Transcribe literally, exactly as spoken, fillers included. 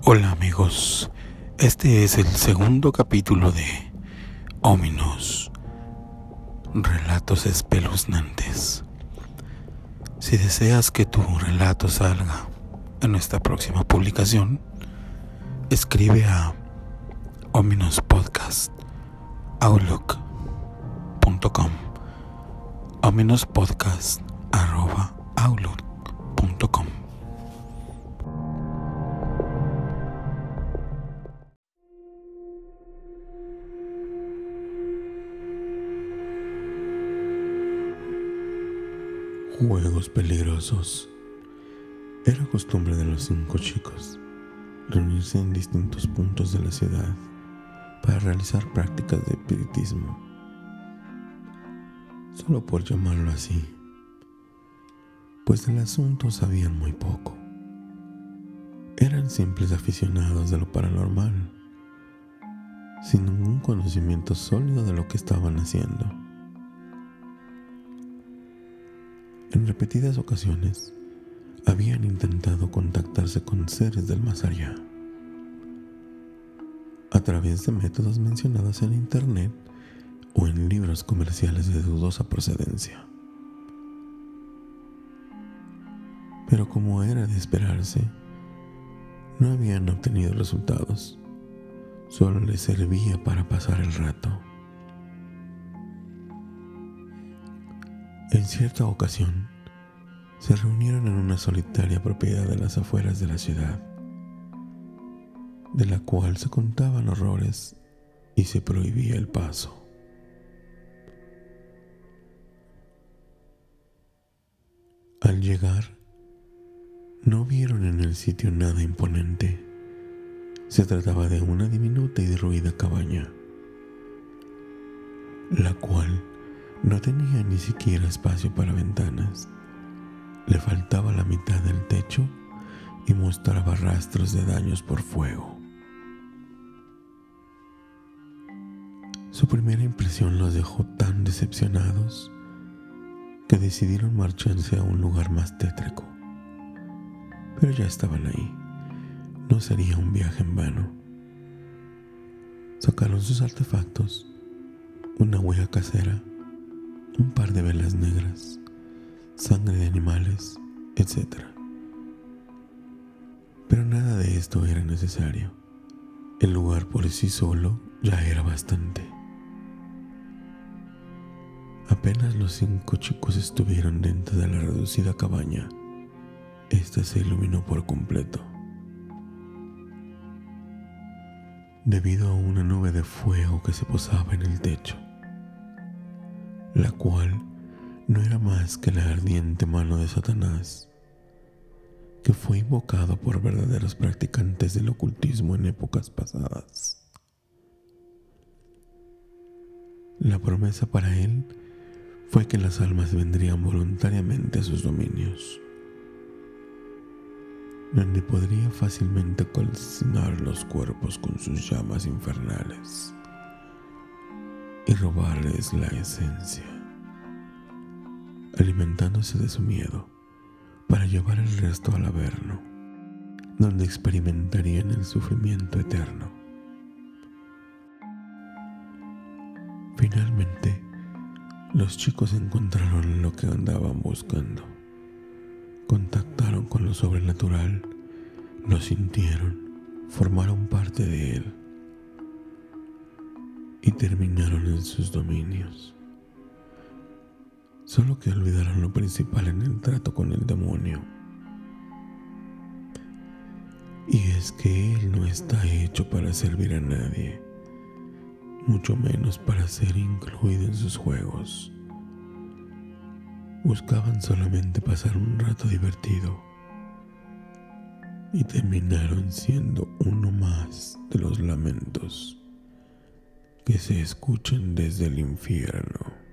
Hola amigos, este es el segundo capítulo de Ominous, Relatos Espeluznantes. Si deseas que tu relato salga en nuestra próxima publicación, escribe a ominospodcast outlook punto com ominospodcast arroba outlook punto com. Juegos peligrosos. Era costumbre de los cinco chicos reunirse en distintos puntos de la ciudad para realizar prácticas de espiritismo, solo por llamarlo así, pues del asunto sabían muy poco. Eran simples aficionados de lo paranormal, sin ningún conocimiento sólido de lo que estaban haciendo. En repetidas ocasiones habían intentado contactarse con seres del más allá a través de métodos mencionados en internet o en libros comerciales de dudosa procedencia. Pero como era de esperarse, no habían obtenido resultados, solo les servía para pasar el rato. En cierta ocasión, se reunieron en una solitaria propiedad de las afueras de la ciudad, de la cual se contaban horrores y se prohibía el paso. Al llegar, no vieron en el sitio nada imponente. Se trataba de una diminuta y derruida cabaña, la cual no tenía ni siquiera espacio para ventanas. Le faltaba la mitad del techo y mostraba rastros de daños por fuego. Su primera impresión los dejó tan decepcionados que decidieron marcharse a un lugar más tétrico. Pero ya estaban ahí. No sería un viaje en vano. Sacaron sus artefactos, una ouija casera, un par de velas negras, sangre de animales, etcétera. Pero nada de esto era necesario. El lugar por sí solo ya era bastante. Apenas los cinco chicos estuvieron dentro de la reducida cabaña, esta se iluminó por completo. Debido a una nube de fuego que se posaba en el techo, la cual no era más que la ardiente mano de Satanás, que fue invocado por verdaderos practicantes del ocultismo en épocas pasadas. La promesa para él fue que las almas vendrían voluntariamente a sus dominios, donde podría fácilmente calcinar los cuerpos con sus llamas infernales y robarles la esencia, alimentándose de su miedo para llevar el resto al Averno, donde experimentarían el sufrimiento eterno. Finalmente, los chicos encontraron lo que andaban buscando. Contactaron con lo sobrenatural, lo sintieron, formaron parte de él y terminaron en sus dominios. Solo que olvidaron lo principal en el trato con el demonio. Y es que él no está hecho para servir a nadie, mucho menos para ser incluido en sus juegos. Buscaban solamente pasar un rato divertido y terminaron siendo uno más de los lamentos que se escuchan desde el infierno.